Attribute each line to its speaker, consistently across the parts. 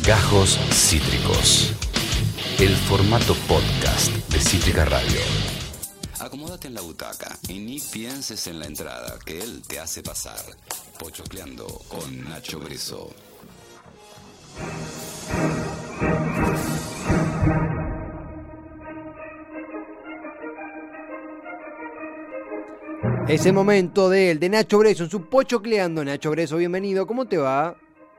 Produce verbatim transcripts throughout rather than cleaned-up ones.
Speaker 1: Gajos Cítricos, el formato podcast de Cítrica Radio.
Speaker 2: Acomódate en la butaca y ni pienses en la entrada, que él te hace pasar. Pochocleando con Nacho Bresso.
Speaker 3: Es el momento de él, de Nacho Bresso, en su Pochocleando. Nacho Bresso, bienvenido, ¿cómo te va?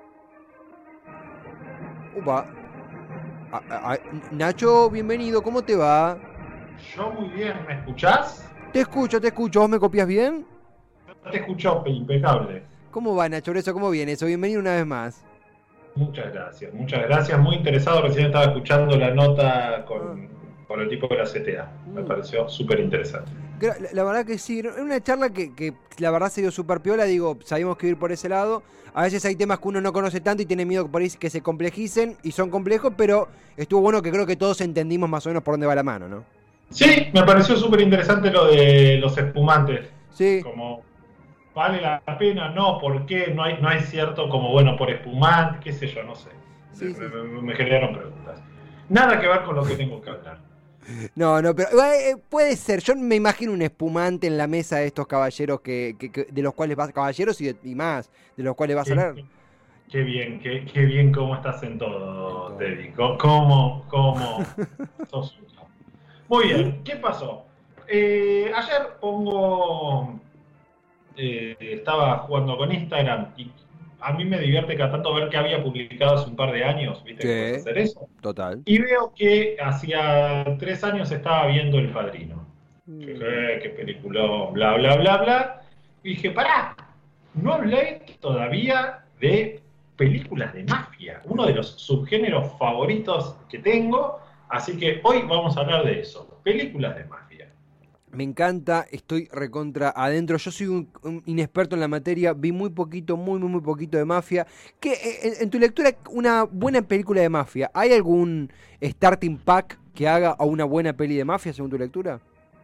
Speaker 3: Upa. A, a, a, Nacho, bienvenido, ¿cómo te va?
Speaker 4: Yo muy bien, ¿me escuchás?
Speaker 3: Te escucho, te escucho, ¿vos me copias bien?
Speaker 4: Te escucho impecable.
Speaker 3: ¿Cómo va, Nacho Bresso? ¿Cómo viene eso? Bienvenido una vez más.
Speaker 4: Muchas gracias, muchas gracias, muy interesado, recién estaba escuchando la nota con, ah. con el tipo de la C T A, me mm. pareció súper interesante.
Speaker 3: La, la verdad que sí, era una charla que, que la verdad se dio súper piola, digo, sabíamos que ir por ese lado. A veces hay temas que uno no conoce tanto y tiene miedo por ahí que se complejicen, y son complejos, pero estuvo bueno, que creo que todos entendimos más o menos por dónde va la mano, ¿no?
Speaker 4: Sí, me pareció súper interesante lo de los espumantes.
Speaker 3: Sí.
Speaker 4: Como, ¿vale la pena? No, ¿por qué? No hay, no hay cierto como, bueno, por espumante, qué sé yo, no sé.
Speaker 3: Sí,
Speaker 4: me,
Speaker 3: sí.
Speaker 4: Me, me generaron preguntas. Nada que ver con lo que tengo que hablar.
Speaker 3: No, no, pero eh, puede ser. Yo me imagino un espumante en la mesa de estos caballeros que, que, que de los cuales vas, caballeros y, de, y más, de los cuales vas a hablar.
Speaker 4: Qué, qué bien, qué, qué bien cómo estás en todo, Teddy. ¿Cómo, cómo sos un capo? Muy bien, ¿qué pasó? Eh, ayer pongo, eh, estaba jugando con Instagram y a mí me divierte cada tanto ver que había publicado hace un par de años, ¿viste?
Speaker 3: Sí,
Speaker 4: Que puedes hacer eso.
Speaker 3: Total.
Speaker 4: Y veo que hacía tres años estaba viendo El Padrino. Mm. Que, qué peliculón, bla, bla, bla, bla. Y dije, pará, no hablé todavía de películas de mafia, uno de los subgéneros favoritos que tengo, así que hoy vamos a hablar de eso, películas de mafia.
Speaker 3: Me encanta, estoy recontra adentro. Yo soy un, un inexperto en la materia, vi muy poquito, muy, muy, muy poquito de mafia. ¿Qué, en, en tu lectura, una buena película de mafia, ¿hay algún starting pack que haga a una buena peli de mafia según tu lectura?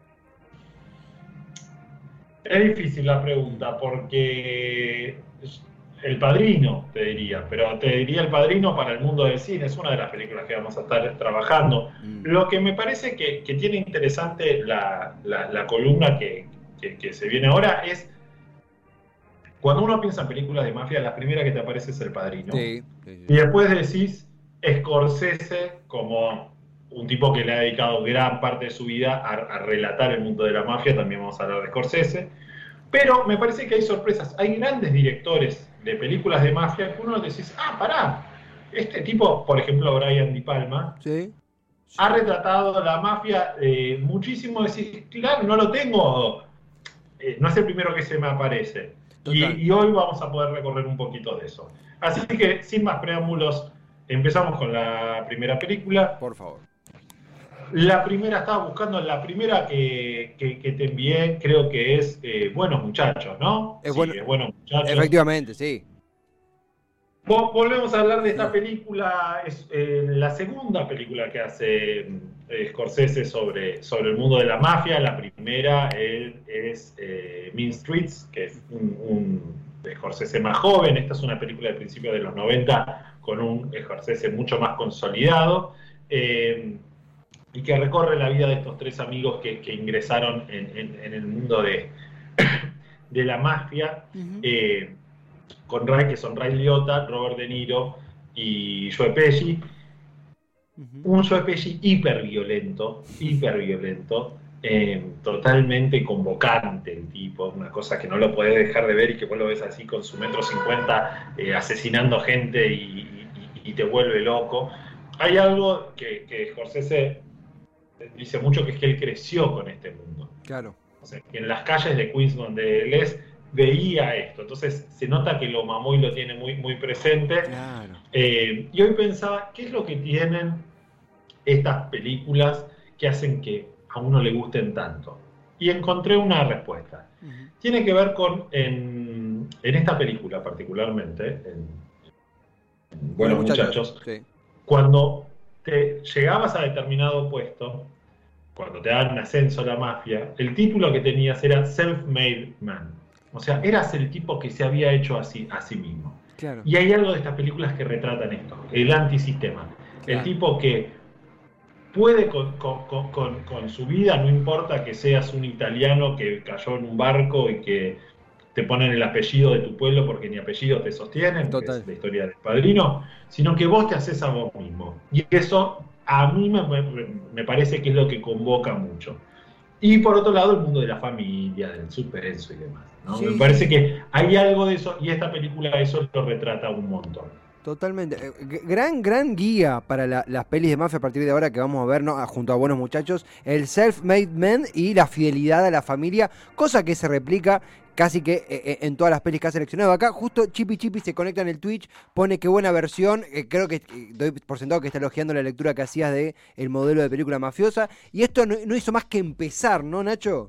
Speaker 4: Es difícil la pregunta porque El Padrino, te diría, pero te diría El Padrino para el mundo del cine, es una de las películas que vamos a estar trabajando. Mm. Lo que me parece que, que tiene interesante la, la, la columna que, que, que se viene ahora es, cuando uno piensa en películas de mafia, la primera que te aparece es El Padrino.
Speaker 3: Sí, sí, sí.
Speaker 4: Y después decís Scorsese como un tipo que le ha dedicado gran parte de su vida a, a relatar el mundo de la mafia, también vamos a hablar de Scorsese. Pero me parece que hay sorpresas, hay grandes directores de películas de mafia que uno decís, ah, pará, este tipo, por ejemplo, Brian De Palma,
Speaker 3: sí, sí.
Speaker 4: ha retratado la mafia eh, muchísimo, decís, claro, no lo tengo, eh, no es el primero que se me aparece. Y, y hoy vamos a poder recorrer un poquito de eso. Así que, sin más preámbulos, empezamos con la primera película.
Speaker 3: Por favor.
Speaker 4: La primera, estaba buscando la primera que, que, que te envié, creo que es eh, Buenos Muchachos, ¿no?
Speaker 3: Es
Speaker 4: sí,
Speaker 3: bueno,
Speaker 4: es Buenos Muchachos.
Speaker 3: Efectivamente, sí.
Speaker 4: Volvemos a hablar de esta película, es eh, la segunda película que hace eh, Scorsese sobre, sobre el mundo de la mafia. La primera él, es eh, Mean Streets, que es un, un Scorsese más joven. Esta es una película de principios de los noventa con un Scorsese mucho más consolidado. Eh, y que recorre la vida de estos tres amigos que, que ingresaron en, en, en el mundo de, de la mafia, uh-huh. eh, con Ray, que son Ray Liotta, Robert De Niro y Joe Pesci. Uh-huh. Un Joe Pesci hiperviolento, hiperviolento, eh, totalmente convocante el tipo, una cosa que no lo podés dejar de ver y que vos lo ves así con su metro cincuenta eh, asesinando gente y, y, y te vuelve loco. Hay algo que, que Scorsese dice mucho, que es que él creció con este mundo.
Speaker 3: Claro.
Speaker 4: O sea, que en las calles de Queens donde él es, veía esto. Entonces se nota que lo mamó y lo tiene muy, muy presente.
Speaker 3: Claro.
Speaker 4: Eh, y hoy pensaba, ¿qué es lo que tienen estas películas que hacen que a uno le gusten tanto? Y encontré una respuesta. Uh-huh. Tiene que ver con, en, en esta película particularmente, en, en Buenos Muchachos,
Speaker 3: sí.
Speaker 4: Cuando te llegabas a determinado puesto, cuando te daban un ascenso a la mafia, el título que tenías era Self-Made Man. O sea, eras el tipo que se había hecho así a sí mismo.
Speaker 3: Claro.
Speaker 4: Y hay algo de estas películas que retratan esto, el antisistema.
Speaker 3: Claro.
Speaker 4: El tipo que puede con, con, con, con, con su vida, no importa que seas un italiano que cayó en un barco y que te ponen el apellido de tu pueblo porque ni apellido te sostienen, que es la historia del Padrino, sino que vos te haces a vos mismo. Y eso a mí me, me, me parece que es lo que convoca mucho. Y por otro lado, el mundo de la familia, del suspenso y demás, ¿no? Sí, me parece sí. que hay algo de eso, y esta película eso lo retrata un montón.
Speaker 3: Totalmente. Gran, gran guía para la, las pelis de mafia a partir de ahora que vamos a ver, ¿no? Junto a Buenos Muchachos, el self-made man y la fidelidad a la familia, cosa que se replica casi que eh, en todas las pelis que ha seleccionado acá. Justo Chipi Chipi se conecta en el Twitch, pone qué buena versión, eh, creo que eh, doy por sentado que está elogiando la lectura que hacías de el modelo de película mafiosa, y esto no, no hizo más que empezar, ¿no, Nacho?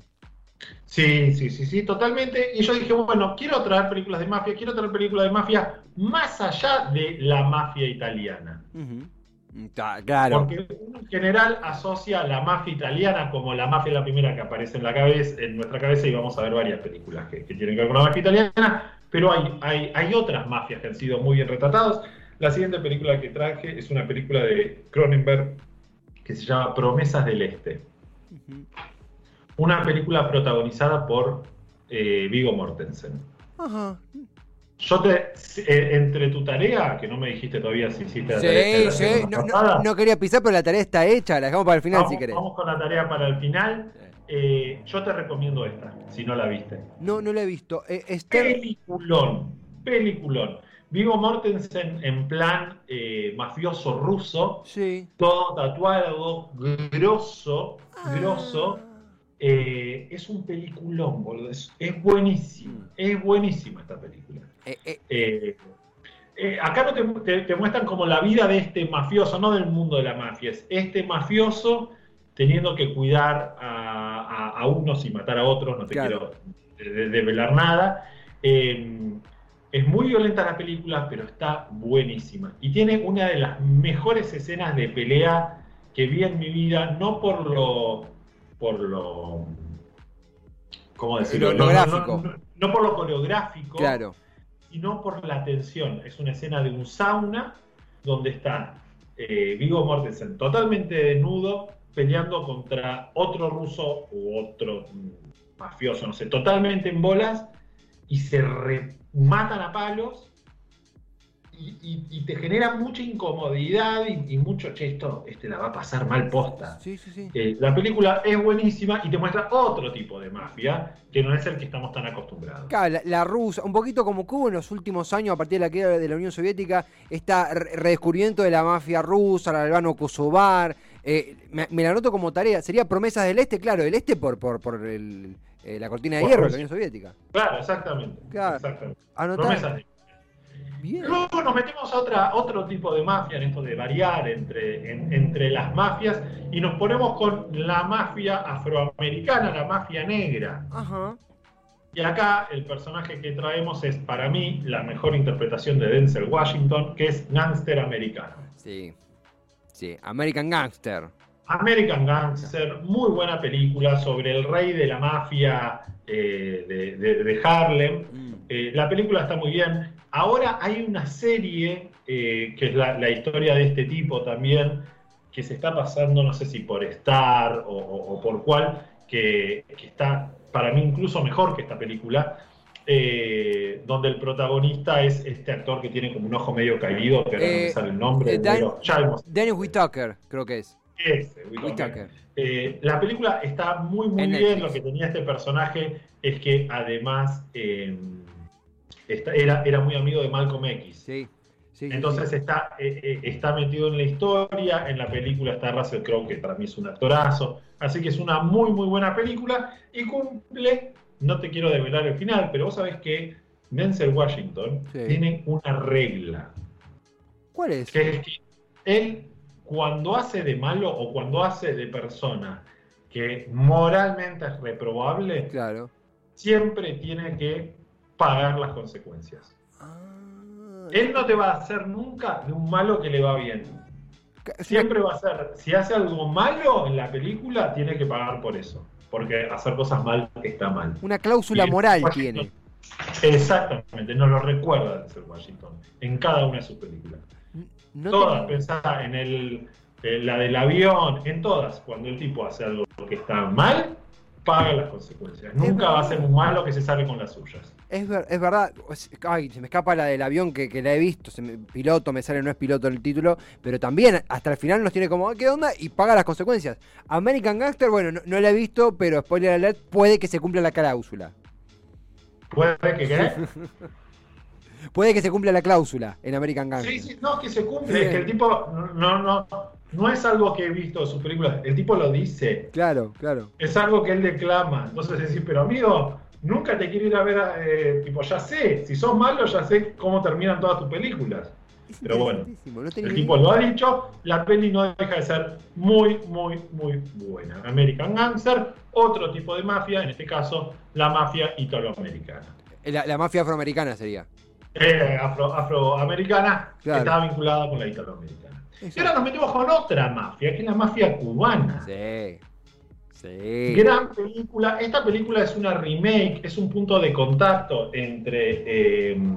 Speaker 4: Sí, sí, sí, sí, totalmente. Y yo dije, bueno, quiero traer películas de mafia, quiero traer películas de mafia más allá de la mafia italiana.
Speaker 3: Uh-huh. Claro.
Speaker 4: Porque uno en general asocia la mafia italiana como la mafia la primera que aparece en la cabeza, en nuestra cabeza, y vamos a ver varias películas que, que tienen que ver con la mafia italiana, pero hay, hay, hay otras mafias que han sido muy bien retratadas. La siguiente película que traje es una película de Cronenberg que se llama Promesas del Este. Uh-huh. Una película protagonizada por eh, Viggo Mortensen. Ajá. Yo te, eh, entre tu tarea, que no me dijiste todavía si hiciste la
Speaker 3: sí,
Speaker 4: tarea.
Speaker 3: Sí, sí, no, no, no quería pisar, pero la tarea está hecha, la dejamos para el final
Speaker 4: vamos,
Speaker 3: si querés.
Speaker 4: Vamos con la tarea para el final. Eh, yo te recomiendo esta, si no la viste.
Speaker 3: No, no la he visto. Eh,
Speaker 4: Esther... Peliculón, peliculón. Viggo Mortensen en plan eh, mafioso ruso,
Speaker 3: sí.
Speaker 4: Todo tatuado, grosso, ah. grosso. Eh, es un peliculón, boludo. Es, es buenísima, es buenísima esta película. Eh, eh. Eh, eh, acá no te, te, te muestran como la vida de este mafioso, no del mundo de la mafia, es este mafioso teniendo que cuidar a, a, a unos y matar a otros, no te claro. quiero develar de, de nada. Eh, es muy violenta la película, pero está buenísima. Y tiene una de las mejores escenas de pelea que vi en mi vida, no por lo... por lo ¿cómo decirlo?
Speaker 3: Lo, lo gráfico.
Speaker 4: No, no, no, no por lo coreográfico,
Speaker 3: claro.
Speaker 4: sino por la tensión. Es una escena de un sauna donde está eh, Viggo Mortensen totalmente desnudo peleando contra otro ruso u otro mafioso, no sé, totalmente en bolas, y se rematan a palos. Y, y, y te genera mucha incomodidad y, y mucho, che, esto este la va a pasar mal posta.
Speaker 3: Sí, sí, sí.
Speaker 4: Eh, la película es buenísima y te muestra otro tipo de mafia que no es el que estamos tan acostumbrados.
Speaker 3: Claro, la, la rusa, un poquito como que hubo en los últimos años, a partir de la queda de la Unión Soviética, está redescubrimiento de la mafia rusa, el albano-kosovar. Eh, me, me la anoto como tarea. Sería Promesas del Este, claro, el Este por, por, por el, eh, la cortina de por hierro de la Unión Soviética.
Speaker 4: Claro, exactamente.
Speaker 3: Claro.
Speaker 4: exactamente.
Speaker 3: Promesas
Speaker 4: de Bien. Luego nos metemos a otra, otro tipo de mafia, en esto de variar entre, en, entre las mafias, y nos ponemos con la mafia afroamericana, la mafia negra.
Speaker 3: Ajá.
Speaker 4: Y acá el personaje que traemos es, para mí, la mejor interpretación de Denzel Washington, que es Gangster Americano.
Speaker 3: Sí, sí, American Gangster.
Speaker 4: American Gangster, muy buena película sobre el rey de la mafia eh, de, de, de Harlem. Mm. Eh, la película está muy bien. Ahora hay una serie, eh, que es la, la historia de este tipo también, que se está pasando, no sé si por Star o, o, o por cuál, que, que está para mí incluso mejor que esta película, eh, donde el protagonista es este actor que tiene como un ojo medio caído, que ahora eh, no me sale el nombre.
Speaker 3: Eh, Dan, Daniel Whittaker, creo que es.
Speaker 4: Ese, Whittaker. Eh, la película está muy, muy en bien. Netflix. Lo que tenía este personaje es que además... Eh, Era, era muy amigo de Malcolm X.
Speaker 3: Sí, sí,
Speaker 4: Entonces
Speaker 3: sí.
Speaker 4: Está, eh, eh, está metido en la historia. En la película está Russell Crowe, que para mí es un actorazo. Así que es una muy, muy buena película. Y cumple, no te quiero develar el final, pero vos sabés que Denzel Washington sí. tiene una regla.
Speaker 3: ¿Cuál es?
Speaker 4: Que es que él, cuando hace de malo o cuando hace de persona que moralmente es reprobable,
Speaker 3: claro.
Speaker 4: siempre tiene que pagar las consecuencias. Ah, Él no te va a hacer nunca de un malo que le va bien. Siempre va a ser, si hace algo malo en la película, tiene que pagar por eso. Porque hacer cosas mal está mal.
Speaker 3: Una cláusula moral tiene.
Speaker 4: Exactamente, nos lo recuerda Denzel Washington en cada una de sus películas.
Speaker 3: No
Speaker 4: todas,
Speaker 3: tenía-
Speaker 4: pensá en el, eh, la del avión, en todas, cuando el tipo hace algo que está mal, paga las consecuencias. Nunca va a ser un malo que se sale con las suyas.
Speaker 3: Es, ver- es verdad, es- ay, se me escapa la del avión que, que la he visto, se me- piloto, me sale, no es piloto el título, pero también hasta el final nos tiene como, ¿qué onda? Y paga las consecuencias. American Gangster, bueno, no, no la he visto, pero spoiler alert, puede que se cumpla la cláusula.
Speaker 4: ¿Puede que qué?
Speaker 3: Puede que se cumpla la cláusula en American Gangster.
Speaker 4: Sí, sí, no, es que se cumple, es que el tipo no, no, no es algo que he visto de sus películas, el tipo lo dice,
Speaker 3: Claro, claro.
Speaker 4: es algo que él declama. Entonces decís, pero amigo, nunca te quiero ir a ver, eh, tipo, ya sé, si sos malo, ya sé cómo terminan todas tus películas.
Speaker 3: Es
Speaker 4: Pero bueno,
Speaker 3: interesantísimo, no tenía
Speaker 4: el
Speaker 3: ni
Speaker 4: tipo
Speaker 3: idea.
Speaker 4: lo ha dicho, la peli no deja de ser muy, muy, muy buena. American Gangster, otro tipo de mafia, en este caso, la mafia italoamericana.
Speaker 3: La, la mafia afroamericana sería.
Speaker 4: Eh, afro, afroamericana,
Speaker 3: Claro.
Speaker 4: que estaba vinculada con la italoamericana.
Speaker 3: Eso.
Speaker 4: Y ahora nos metemos con otra mafia, que es la mafia cubana.
Speaker 3: Sí. Sí.
Speaker 4: Gran película. Esta película es una remake, es un punto de contacto entre, eh,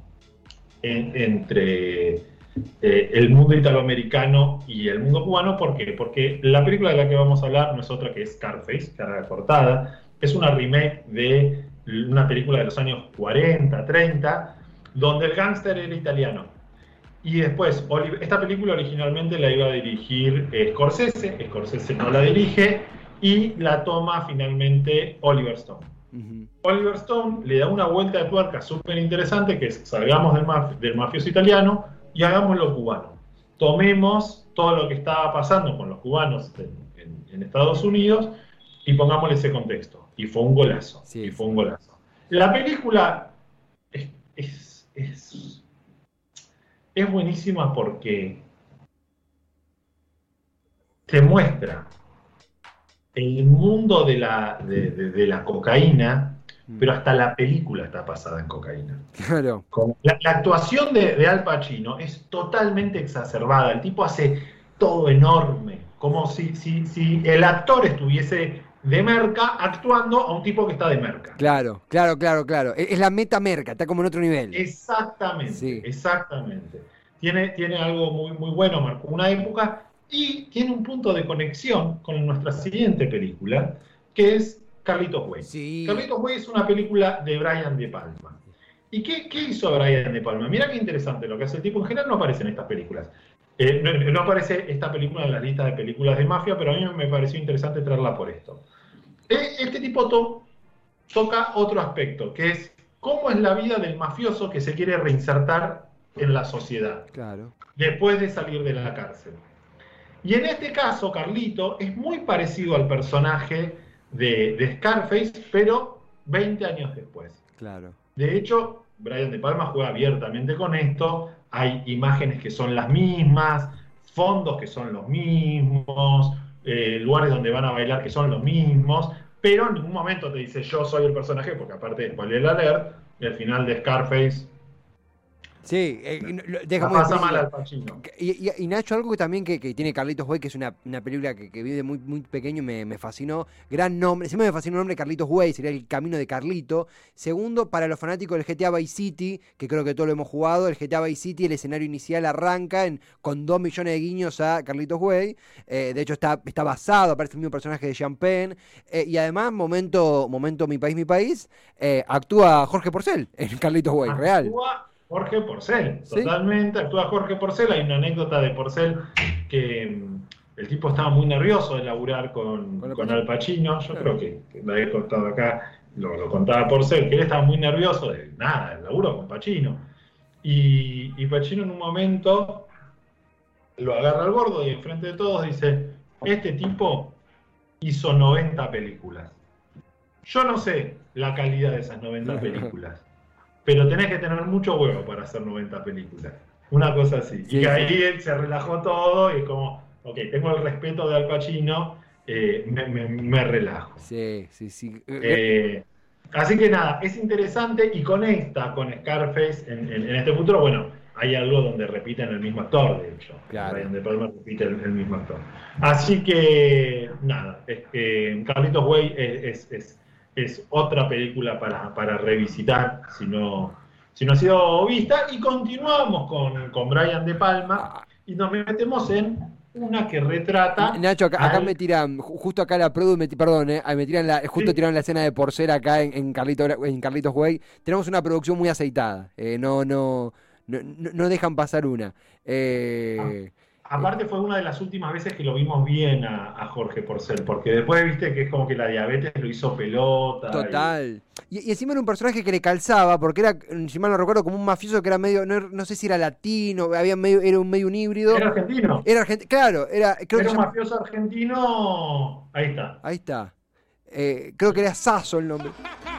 Speaker 4: en- entre eh, el mundo italoamericano y el mundo cubano. ¿Por qué? Porque la película de la que vamos a hablar no es otra que Scarface, Cara Cortada. Es una remake de una película de los años cuarenta, treinta, donde el gángster era italiano. Y después, Oli- esta película originalmente la iba a dirigir eh, Scorsese, Scorsese no la dirige, y la toma finalmente Oliver Stone.
Speaker 3: Ujú.
Speaker 4: Oliver Stone le da una vuelta de tuerca súper interesante, que es salgamos del, maf- del mafioso italiano y hagámoslo cubano. Tomemos todo lo que estaba pasando con los cubanos en, en- en Estados Unidos y pongámosle ese contexto. Y fue un golazo.
Speaker 3: Sí,
Speaker 4: y fue
Speaker 3: sí.
Speaker 4: un golazo. La película es, es, es, es buenísima porque te muestra el mundo de la, de, de- de la cocaína, pero hasta la película está basada en cocaína.
Speaker 3: Claro.
Speaker 4: Como- La, la actuación de, de Al Pacino es totalmente exacerbada. El tipo hace todo enorme, como si, si, si el actor estuviese de merca actuando a un tipo que está de merca.
Speaker 3: Claro, claro, claro, claro. Es es la meta merca, está como en otro nivel.
Speaker 4: Exactamente,
Speaker 3: Sí.
Speaker 4: exactamente. Tiene, tiene algo muy, muy bueno, marcó una época y tiene un punto de conexión con nuestra siguiente película, que es Carlitos Way.
Speaker 3: Sí.
Speaker 4: Carlitos Way es una película de Brian De Palma. ¿Y qué, qué hizo Brian De Palma? Mirá qué interesante lo que hace el tipo. En general no aparece en estas películas. Eh, no, no aparece esta película en la lista de películas de mafia, pero a mí me pareció interesante traerla por esto. Eh, Este tipo to- toca otro aspecto, que es cómo es la vida del mafioso que se quiere reinsertar en la sociedad
Speaker 3: Claro.
Speaker 4: después de salir de la cárcel. Y en este caso, Carlito es muy parecido al personaje de, de Scarface, pero veinte años después.
Speaker 3: Claro.
Speaker 4: De hecho, Brian De Palma juega abiertamente con esto. Hay imágenes que son las mismas, fondos que son los mismos, eh, lugares donde van a bailar que son los mismos, pero en ningún momento te dice yo soy el personaje, porque aparte de spoiler alert, el final de Scarface
Speaker 3: Sí, eh, y no- lo- deja
Speaker 4: la
Speaker 3: muy
Speaker 4: pasa
Speaker 3: explícito.
Speaker 4: mal al Pacino.
Speaker 3: Y, y- y Nacho, algo que también que, que tiene Carlitos Way, que es una, una película que, que vi de muy, muy pequeño, me, me fascinó. Gran nombre, siempre me fascinó el nombre Carlitos Way, sería el camino de Carlito. Segundo, para los fanáticos del G T A Vice City, que creo que todos lo hemos jugado, el G T A Vice City, el escenario inicial arranca en, con dos millones de guiños a Carlitos Way. Eh, de hecho, está, está basado, aparece el mismo personaje de Sean Penn. Eh, y además, momento, momento Mi País, Mi País, eh, actúa Jorge Porcel en Carlitos Way, real.
Speaker 4: Actúa Jorge Porcel,
Speaker 3: ¿Sí?
Speaker 4: totalmente, actúa Jorge Porcel. Hay una anécdota de Porcel que mm, el tipo estaba muy nervioso de laburar con,
Speaker 3: Con Al
Speaker 4: con
Speaker 3: Pacino.
Speaker 4: Al Pacino. Yo
Speaker 3: Claro.
Speaker 4: creo que, que la he contado acá, lo, lo contaba Porcel, que él estaba muy nervioso de nada, del laburo con Pacino. Y, y Pacino en un momento lo agarra al gordo y enfrente de todos dice, este tipo hizo noventa películas. Yo no sé la calidad de esas noventa películas, pero tenés que tener mucho huevo para hacer noventa películas. Una cosa así.
Speaker 3: Sí,
Speaker 4: y ahí
Speaker 3: sí.
Speaker 4: él se relajó todo y como, ok, tengo el respeto de Al Pacino, eh, me, me- me relajo.
Speaker 3: Sí, sí, sí. Eh,
Speaker 4: Eh, así que nada, es interesante y conecta con Scarface en, en- en este futuro. Bueno, hay algo donde repiten el mismo actor, de hecho.
Speaker 3: Claro.
Speaker 4: Brian De Palma repite el, el mismo actor. Así que nada, es que Carlitos Way es, es- es- es otra película para, para revisitar si no, si no ha sido vista. Y continuamos con, con Brian De Palma y nos metemos en una que retrata...
Speaker 3: Nacho, acá, acá
Speaker 4: al...
Speaker 3: me tiran, justo acá la produ, me, perdón, eh, me tiran la, justo
Speaker 4: Sí.
Speaker 3: tiraron la escena de Porcel acá en, en, Carlito, en Carlitos Way. Tenemos una producción muy aceitada, eh, no, no, no, no dejan pasar una. Eh,
Speaker 4: Aparte fue una de las últimas veces que lo vimos bien a, a Jorge Porcel, porque después viste que es como que la diabetes lo hizo pelota.
Speaker 3: Total. Y, y encima era un personaje que le calzaba, porque era, si mal no recuerdo, como un mafioso que era medio, no, no sé si era latino, había medio, era un medio un híbrido.
Speaker 4: Era argentino.
Speaker 3: Era argentino, claro, era, creo
Speaker 4: Era
Speaker 3: que
Speaker 4: un
Speaker 3: llama...
Speaker 4: mafioso argentino. Ahí está.
Speaker 3: Ahí está. Eh, creo que era Sasso el nombre.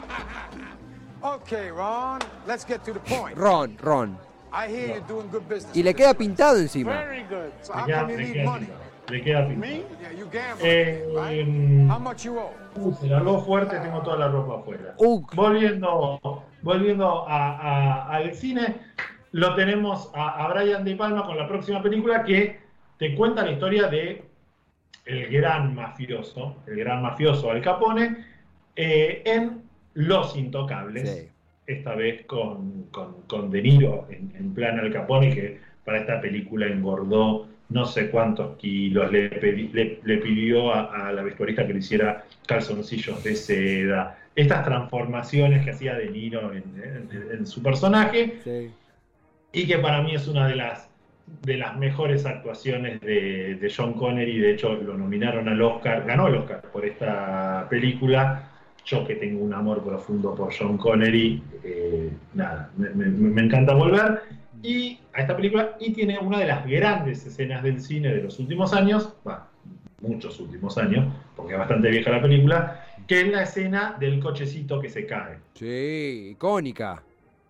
Speaker 5: Okay, Ron, let's get to the point.
Speaker 3: Ron, Ron.
Speaker 5: I hear you're doing good business.
Speaker 3: Y le queda pintado encima.
Speaker 5: Very good. So
Speaker 4: Le
Speaker 5: how
Speaker 4: queda,
Speaker 5: come you
Speaker 4: le
Speaker 5: need
Speaker 4: queda
Speaker 5: money?
Speaker 4: pintado. Le queda pintado.
Speaker 5: Me? Yeah, you gamble,
Speaker 4: Eh,
Speaker 5: right? How much you owe?
Speaker 4: Uh, se largó fuerte, tengo toda la ropa afuera.
Speaker 3: Uh.
Speaker 4: Volviendo, volviendo a, a- al cine, lo tenemos a, a Brian De Palma con la próxima película que te cuenta la historia de el gran mafioso, el gran mafioso Al Capone, eh, en Los Intocables.
Speaker 3: Sí.
Speaker 4: Esta vez con, con, con De Niro en, en plan Al Capone, que para esta película engordó no sé cuántos kilos, le, pedí- le, le pidió a, a la vestuarista que le hiciera calzoncillos de seda, estas transformaciones que hacía De Niro en, en- en su personaje,
Speaker 3: Sí.
Speaker 4: y que para mí es una de las, de las mejores actuaciones de, de Sean Connery. De hecho lo nominaron al Oscar, ganó el Oscar por esta película. Yo que tengo un amor profundo por Sean Connery, eh, nada, me, me- me encanta volver y a esta película, y tiene una de las grandes escenas del cine de los últimos años, bah, muchos últimos años, porque es bastante vieja la película, que es la escena del cochecito que se cae.
Speaker 3: Sí, icónica.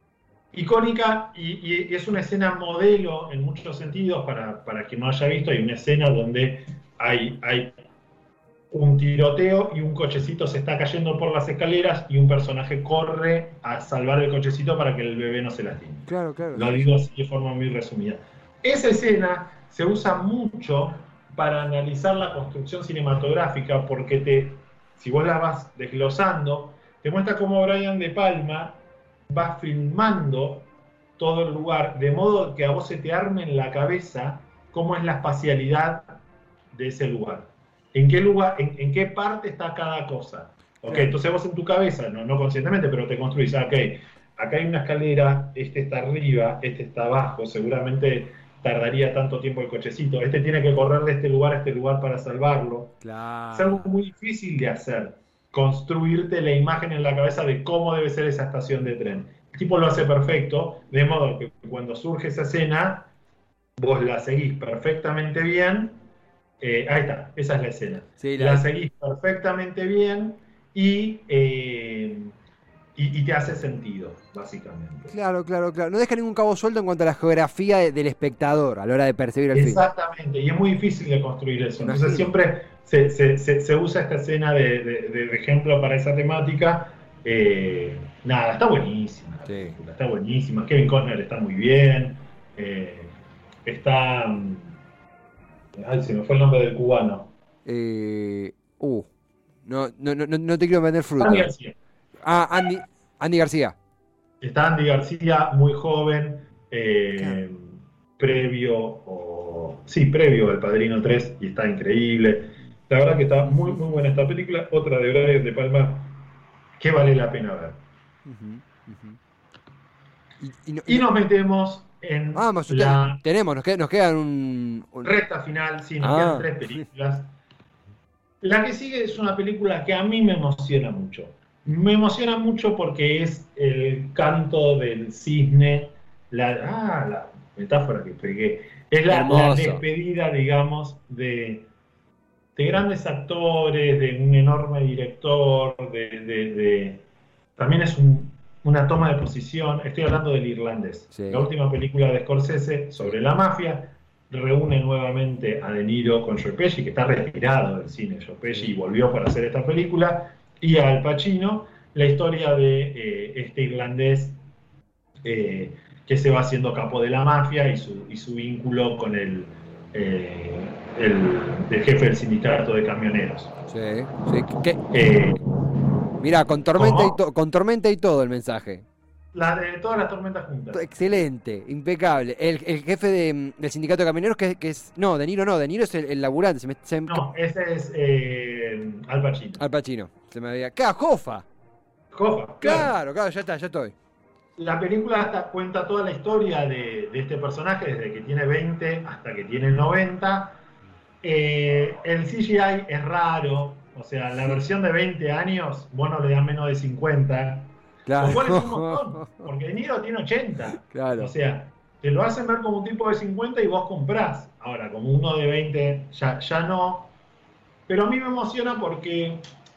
Speaker 4: Icónica, y, y es una escena modelo en muchos sentidos para, para quien no haya visto. Hay una escena donde hay, hay un tiroteo y un cochecito se está cayendo por las escaleras y un personaje corre a salvar el cochecito para que el bebé no se lastime.
Speaker 3: Claro, claro.
Speaker 4: Lo digo así de forma muy resumida. Esa escena se usa mucho para analizar la construcción cinematográfica, porque te, si vos la vas desglosando, te muestra cómo Brian De Palma va filmando todo el lugar, de modo que a vos se te arme en la cabeza cómo es la espacialidad de ese lugar. ¿En qué lugar, en, en qué parte está cada cosa? Ok,
Speaker 3: Claro.
Speaker 4: entonces vos en tu cabeza, no, no conscientemente, pero te construís, ah, ok, acá hay una escalera, este está arriba, este está abajo, seguramente tardaría tanto tiempo el cochecito, este tiene que correr de este lugar a este lugar para salvarlo.
Speaker 3: Claro.
Speaker 4: Es algo muy difícil de hacer, construirte la imagen en la cabeza de cómo debe ser esa estación de tren. El tipo lo hace perfecto, de modo que cuando surge esa escena, vos la seguís perfectamente bien. Eh, ahí está, esa es la escena.
Speaker 3: Sí,
Speaker 4: la...
Speaker 3: la-
Speaker 4: seguís perfectamente bien y, eh, y, y te hace sentido, básicamente.
Speaker 3: Claro, claro, claro. No deja ningún cabo suelto en cuanto a la geografía de- del espectador a la hora de percibir el film.
Speaker 4: Exactamente, y es muy difícil de construir eso. Entonces
Speaker 3: Imagino.
Speaker 4: siempre se, se, se, se usa esta escena de, de, de- de ejemplo para esa temática. Eh, nada, está buenísima. La
Speaker 3: Sí.
Speaker 4: película, está buenísima. Kevin Costner está muy bien. Eh, está... mm, Ay, se me fue el nombre del cubano.
Speaker 3: Eh, uh, no, no, no, no te quiero vender fruta.
Speaker 4: Andy García.
Speaker 3: Ah, Andy, Andy García.
Speaker 4: Está Andy García, muy joven, eh,
Speaker 3: Claro.
Speaker 4: previo, o, sí, previo al Padrino tres, y está increíble. La verdad que está muy, muy buena esta película. Otra de Brian De Palma que vale la pena ver.
Speaker 3: Ujú, ujú. Y, y no-
Speaker 4: Y nos metemos en
Speaker 3: Ah, más
Speaker 4: la
Speaker 3: tenemos, nos, queda, nos quedan un, un-
Speaker 4: recta final, sí, nos
Speaker 3: Ah.
Speaker 4: quedan tres películas. La que sigue es una película que a mí me emociona mucho. Me emociona mucho porque es el canto del cisne, la, ah, la metáfora que pegué, es la, la
Speaker 3: Hermoso.
Speaker 4: despedida, digamos, de, de grandes actores, de un enorme director, de, de- de- también es un- una toma de posición. Estoy hablando del Irlandés,
Speaker 3: Sí.
Speaker 4: la última película de Scorsese sobre la mafia. Reúne nuevamente a De Niro con Joe Pesci, que está retirado del cine Joe Pesci y volvió para hacer esta película, y a Al Pacino, la historia de eh, este irlandés eh, que se va haciendo capo de la mafia y su, y su vínculo con el, eh, el, el jefe del sindicato de camioneros.
Speaker 3: Sí, sí. ¿Qué?
Speaker 4: Eh,
Speaker 3: Mirá, con tormenta, y
Speaker 4: ¿Cómo?
Speaker 3: to- con tormenta y todo el mensaje.
Speaker 4: La de todas las tormentas juntas.
Speaker 3: Excelente, impecable. El, el jefe de, del sindicato de camioneros que, que es... No, De Niro no, De Niro es el, el laburante. Se me, se me-
Speaker 4: No, ese es eh, Al Pacino.
Speaker 3: Al Pacino. Se me había... ¡Claro, Jofa!
Speaker 4: Jofa, claro.
Speaker 3: Claro, claro, ya está, ya estoy.
Speaker 4: La película hasta cuenta toda la historia de, de este personaje desde que tiene veinte hasta que tiene noventa. Eh, el C G I es raro, o sea, la versión de veinte años, bueno, le dan menos de cincuenta.
Speaker 3: Claro.
Speaker 4: Lo cual es un montón, porque De Niro tiene ochenta.
Speaker 3: Claro.
Speaker 4: O sea, te lo hacen ver como un tipo de cincuenta y vos comprás. Ahora, como uno de veinte, ya, ya no. Pero a mí me emociona porque,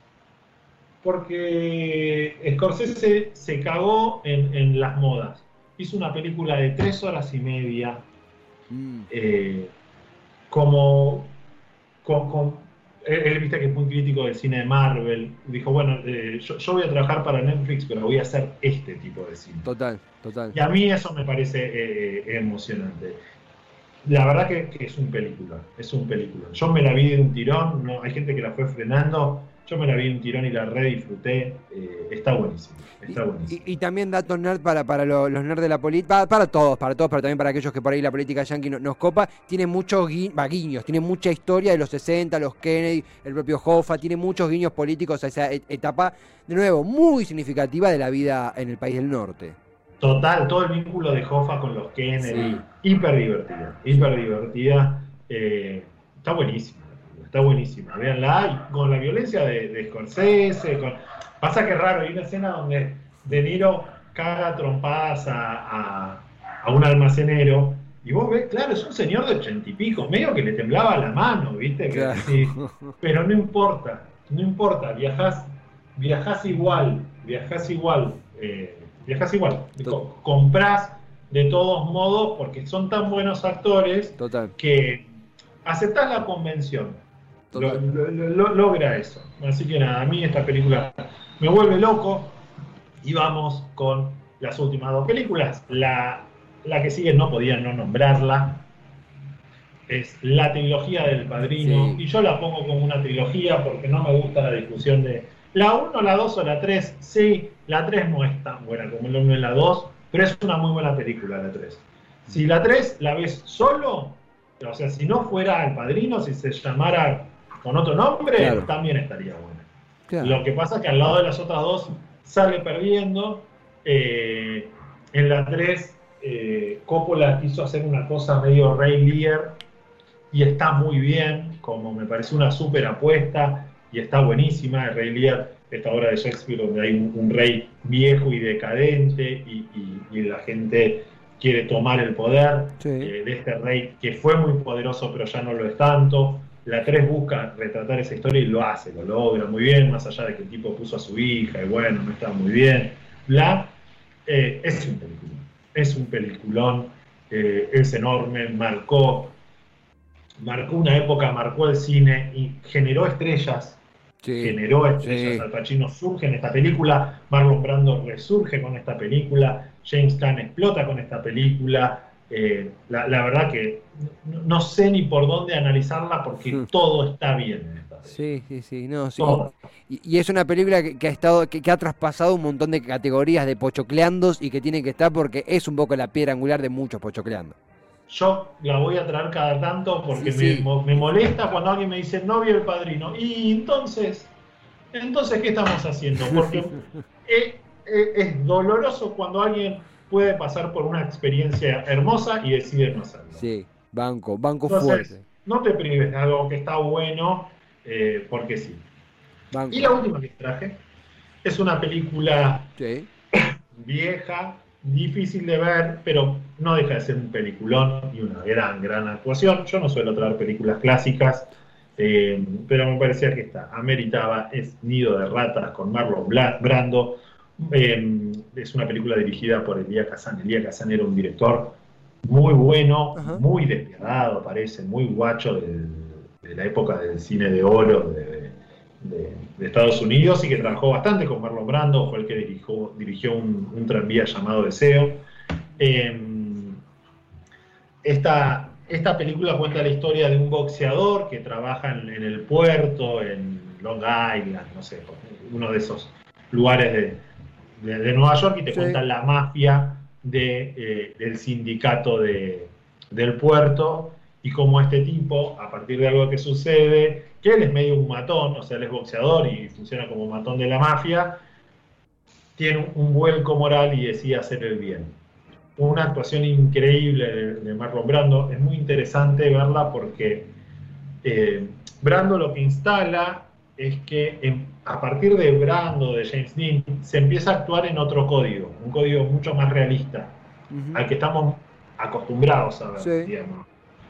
Speaker 4: porque Scorsese se cagó en, en las modas. Hizo una película de tres horas y media,
Speaker 3: Mm.
Speaker 4: eh, como con, con- él, él, viste que es muy crítico del cine de Marvel. Dijo, bueno, eh, yo, yo voy a trabajar para Netflix, pero voy a hacer este tipo de cine.
Speaker 3: Total, total.
Speaker 4: Y a mí eso me parece eh, emocionante. La verdad que, que es un película, es un película. Yo me la vi de un tirón, no, hay gente que la fue frenando, yo me la vi de un tirón y la re disfruté. Eh, está buenísimo, está buenísimo.
Speaker 3: Y, y también datos nerd para, para lo- los nerds de la política, para, para todos, para todos, pero también para aquellos que por ahí la política yankee no- nos copa, tiene muchos gui- va, guiños, tiene mucha historia de los sesenta, los Kennedy, el propio Hoffa, tiene muchos guiños políticos a esa et- etapa, de nuevo, muy significativa de la vida en el país del norte.
Speaker 4: Total, todo el vínculo de Hoffa con los Kennedy,
Speaker 3: Sí.
Speaker 4: hiper divertida, hiper divertida. Eh, está buenísima, está buenísima. Véanla, y con la violencia de, de Scorsese. Con... Pasa que es raro, hay una escena donde De Niro caga trompadas a, a, a un almacenero. Y vos ves, claro, es un señor de ochenta y pico, medio que le temblaba la mano, ¿viste? Que
Speaker 3: Claro.
Speaker 4: así, pero no importa, no importa, viajás, viajás igual, viajás igual, eh, viajás igual, Co- comprás de todos modos porque son tan buenos actores
Speaker 3: Total.
Speaker 4: que aceptás la convención. Lo-
Speaker 3: Total.
Speaker 4: lo- lo- logra eso. Así que nada, a mí esta película me vuelve loco. Y vamos con las últimas dos películas. La, la que sigue no podía no nombrarla. Es la trilogía del Padrino.
Speaker 3: Sí.
Speaker 4: Y yo la pongo como una trilogía porque no me gusta la discusión de la uno, la dos o la tres. Sí, la tres no es tan buena como la uno y la dos, pero es una muy buena película la tres. Si la tres la ves solo, o sea, si no fuera El Padrino, si se llamara con otro nombre,
Speaker 3: Claro.
Speaker 4: también estaría buena.
Speaker 3: Claro.
Speaker 4: Lo que pasa es que al lado de las otras dos sale perdiendo. Eh, en la tres, eh, Coppola quiso hacer una cosa medio Ray Lear y está muy bien, como me parece una súper apuesta y está buenísima. Ray Lear, esta obra de Shakespeare donde hay un, un rey viejo y decadente y, y- y la gente quiere tomar el poder
Speaker 3: Sí.
Speaker 4: eh, de este rey que fue muy poderoso pero ya no lo es tanto. La tres busca retratar esa historia y lo hace, lo logra muy bien, más allá de que el tipo puso a su hija y bueno, no está muy bien, bla. Eh, es un peliculón, es un peliculón, eh, es enorme, marcó, marcó una época, marcó el cine y generó estrellas,
Speaker 3: Sí.
Speaker 4: generó estrellas.
Speaker 3: Sí.
Speaker 4: Al Pacino surge en esta película, Marlon Brando resurge con esta película, James Caan explota con esta película. Eh, la, la verdad que no, no sé ni por dónde analizarla porque
Speaker 3: Hmm.
Speaker 4: todo está bien en esta película.
Speaker 3: Sí, sí, sí, no, sí.
Speaker 4: Todo.
Speaker 3: Y, y es una película que, que ha estado, que, que ha traspasado un montón de categorías de pochocleandos y que tiene que estar porque es un poco la piedra angular de muchos pochocleandos.
Speaker 4: Yo la voy a traer cada tanto porque
Speaker 3: Sí,
Speaker 4: me,
Speaker 3: sí.
Speaker 4: mo- me molesta cuando alguien me dice no vi El Padrino. Y entonces, entonces ¿qué estamos haciendo? Porque es, es- es doloroso cuando alguien puede pasar por una experiencia hermosa y decide no hacerlo.
Speaker 3: Sí, banco, banco
Speaker 4: Entonces,
Speaker 3: fuerte.
Speaker 4: no te prives de algo que está bueno, eh, porque sí.
Speaker 3: Banco.
Speaker 4: Y la última que traje es una película
Speaker 3: Sí.
Speaker 4: vieja, difícil de ver, pero no deja de ser un peliculón y una gran, gran actuación. Yo no suelo traer películas clásicas, eh, pero me parecía que esta ameritaba. Es Nido de Ratas con Marlon Bla- Brando. Eh, es una película dirigida por Elia Kazan. Elia Kazan era un director muy bueno,
Speaker 3: Ajá.
Speaker 4: muy despiadado, parece, muy guacho del- de la época del cine de oro de, de- de Estados Unidos y que trabajó bastante con Marlon Brando, fue el que dirigió, dirigió un, un tranvía llamado Deseo. Eh, esta, esta película cuenta la historia de un boxeador que trabaja en, en el puerto, en Long Island, no sé, uno de esos lugares de, de, de Nueva York y te
Speaker 3: Sí.
Speaker 4: cuentan la mafia de, eh, del sindicato de, del puerto y cómo este tipo, a partir de algo que sucede, que él es medio un matón, o sea, él es boxeador y funciona como matón de la mafia, tiene un, un vuelco moral y decide hacer el bien. Una actuación increíble de, de Marlon Brando, es muy interesante verla porque eh, Brando lo que instala es que en, a partir de Brando, de James Dean, se empieza a actuar en otro código, un código mucho más realista,
Speaker 3: Ujú.
Speaker 4: al que estamos acostumbrados a ver,
Speaker 3: Sí.
Speaker 4: digamos.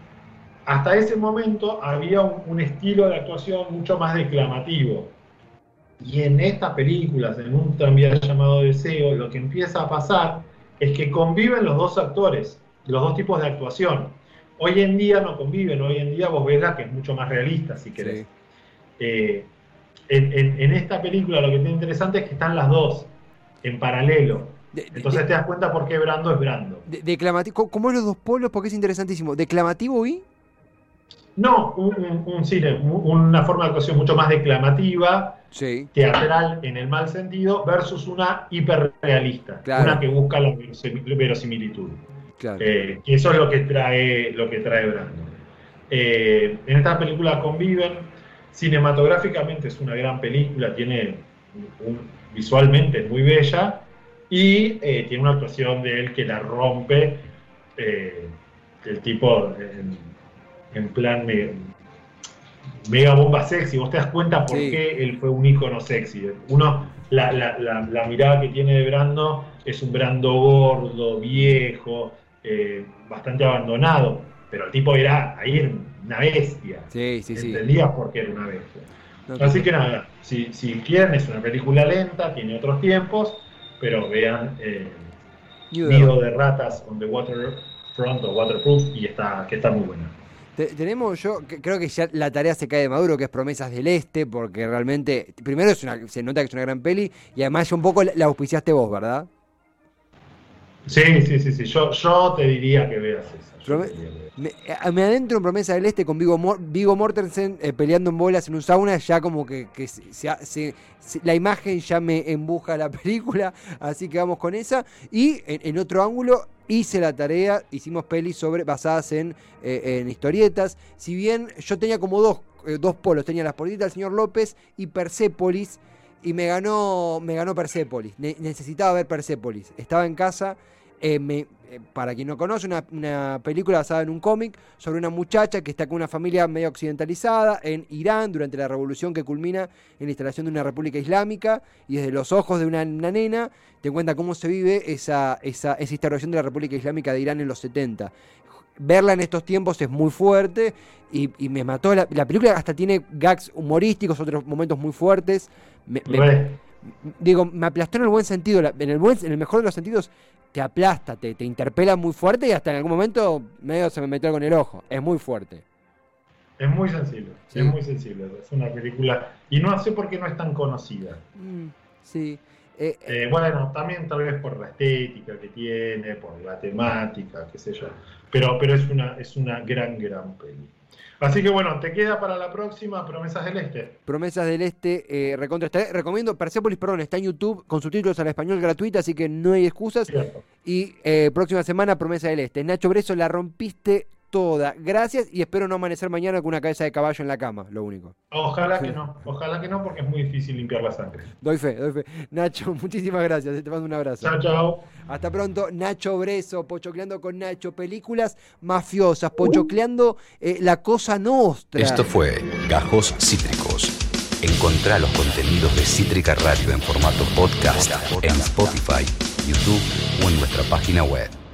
Speaker 4: Hasta ese momento había un, un estilo de actuación mucho más declamativo. Y en estas películas, en un tranvía llamado Deseo, lo que empieza a pasar es que conviven los dos actores, los dos tipos de actuación. Hoy en día no conviven, hoy en día vos ves la que es mucho más realista, si querés.
Speaker 3: Sí.
Speaker 4: Eh, en, en- en esta película lo que tiene interesante es que están las dos en paralelo.
Speaker 3: De- de-
Speaker 4: Entonces
Speaker 3: de-
Speaker 4: te das cuenta por qué Brando es Brando.
Speaker 3: de- declamativo, ¿cómo es los dos polos? Porque es interesantísimo. ¿Declamativo y?
Speaker 4: No, un, un- un cine, un- una forma de actuación mucho más declamativa,
Speaker 3: Sí.
Speaker 4: teatral en el mal sentido, versus una hiperrealista,
Speaker 3: Claro.
Speaker 4: una que busca la verosim- verosimilitud.
Speaker 3: Claro.
Speaker 4: Eh, y eso es lo que trae, lo que trae Brando. Eh, en esta película conviven, cinematográficamente es una gran película, tiene un- visualmente es muy bella y eh, tiene una actuación de él que la rompe, eh, el tipo en, en plan me- mega bomba sexy, vos te das cuenta por
Speaker 3: Sí.
Speaker 4: qué él fue un ícono sexy. Uno, la, la- la- la mirada que tiene de Brando es un Brando gordo, viejo, eh, bastante abandonado, pero el tipo era ahí una bestia.
Speaker 3: Sí, sí, sí.
Speaker 4: Entendías por qué era una bestia.
Speaker 3: No,
Speaker 4: Así que nada, si, si quieren, es una película lenta, tiene otros tiempos, pero vean eh,
Speaker 3: Nido.
Speaker 4: Nido de ratas on the waterfront o waterproof y está, que está muy buena.
Speaker 3: Te- Tenemos yo, que- creo que ya la tarea se cae de maduro, que es Promesas del Este, porque realmente, primero es una, se nota que es una gran peli, y además ya un poco la, la auspiciaste vos, ¿verdad?
Speaker 4: Sí, sí, sí, sí. Yo, yo te diría que veas esa. Yo
Speaker 3: Prome-
Speaker 4: te diría que veas.
Speaker 3: Me, a- me adentro en Promesa del Este con Viggo, Mor- Viggo Mortensen eh, peleando en bolas en un sauna, ya como que, que se- se- se- se- la imagen ya me embuja la película, así que vamos con esa. Y en, en otro ángulo hice la tarea, hicimos pelis sobre, basadas en, eh, en historietas. Si bien yo tenía como dos, eh, dos polos, tenía Las Políticas del Señor López y Persépolis, y me ganó, me ganó Persépolis. Ne- necesitaba ver Persépolis. Estaba en casa. Eh, me, eh, para quien no conoce, una, una película basada en un cómic sobre una muchacha que está con una familia medio occidentalizada en Irán durante la revolución que culmina en la instalación de una república islámica, y desde los ojos de una, una nena te cuenta cómo se vive esa, esa, esa instauración de la república islámica de Irán en los setenta. Verla en estos tiempos es muy fuerte y, y me mató. La, la película hasta tiene gags humorísticos, otros momentos muy fuertes. Me- me-
Speaker 4: Re.
Speaker 3: digo, me aplastó en el buen sentido, la- en el buen, en el mejor de los sentidos, te aplasta, te, te interpela muy fuerte y hasta en algún momento medio se me metió algo en el ojo. Es muy fuerte.
Speaker 4: Es muy sensible,
Speaker 3: Sí.
Speaker 4: es muy sensible. Es una película. Y no sé por qué no es tan conocida.
Speaker 3: Mm, sí. Eh, eh,
Speaker 4: Eh, bueno, también tal vez por la estética que tiene, por la temática, qué sé yo. Pero, pero es una, es una gran, gran peli. Así que bueno, te queda para la próxima Promesas del Este.
Speaker 3: Promesas del Este, eh, recontra. Está- recomiendo, Persepolis, perdón, está en YouTube con subtítulos al español gratuita, así que no hay excusas.
Speaker 4: Cierto.
Speaker 3: Y eh, próxima semana, Promesa del Este. Nacho Breso, la rompiste toda. Gracias y espero no amanecer mañana con una cabeza de caballo en la cama, lo único.
Speaker 4: Ojalá que no, ojalá que no, porque es muy difícil limpiar la sangre.
Speaker 3: Doy fe, doy fe. Nacho, muchísimas gracias. Te mando un abrazo.
Speaker 4: Chao, chao.
Speaker 3: Hasta pronto, Nacho Breso, Pochocleando con Nacho, películas mafiosas, Pochocleando eh, la cosa nostra.
Speaker 1: Esto fue Gajos Cítricos. Encontrá los contenidos de Cítrica Radio en formato podcast en Spotify, YouTube o en nuestra página web.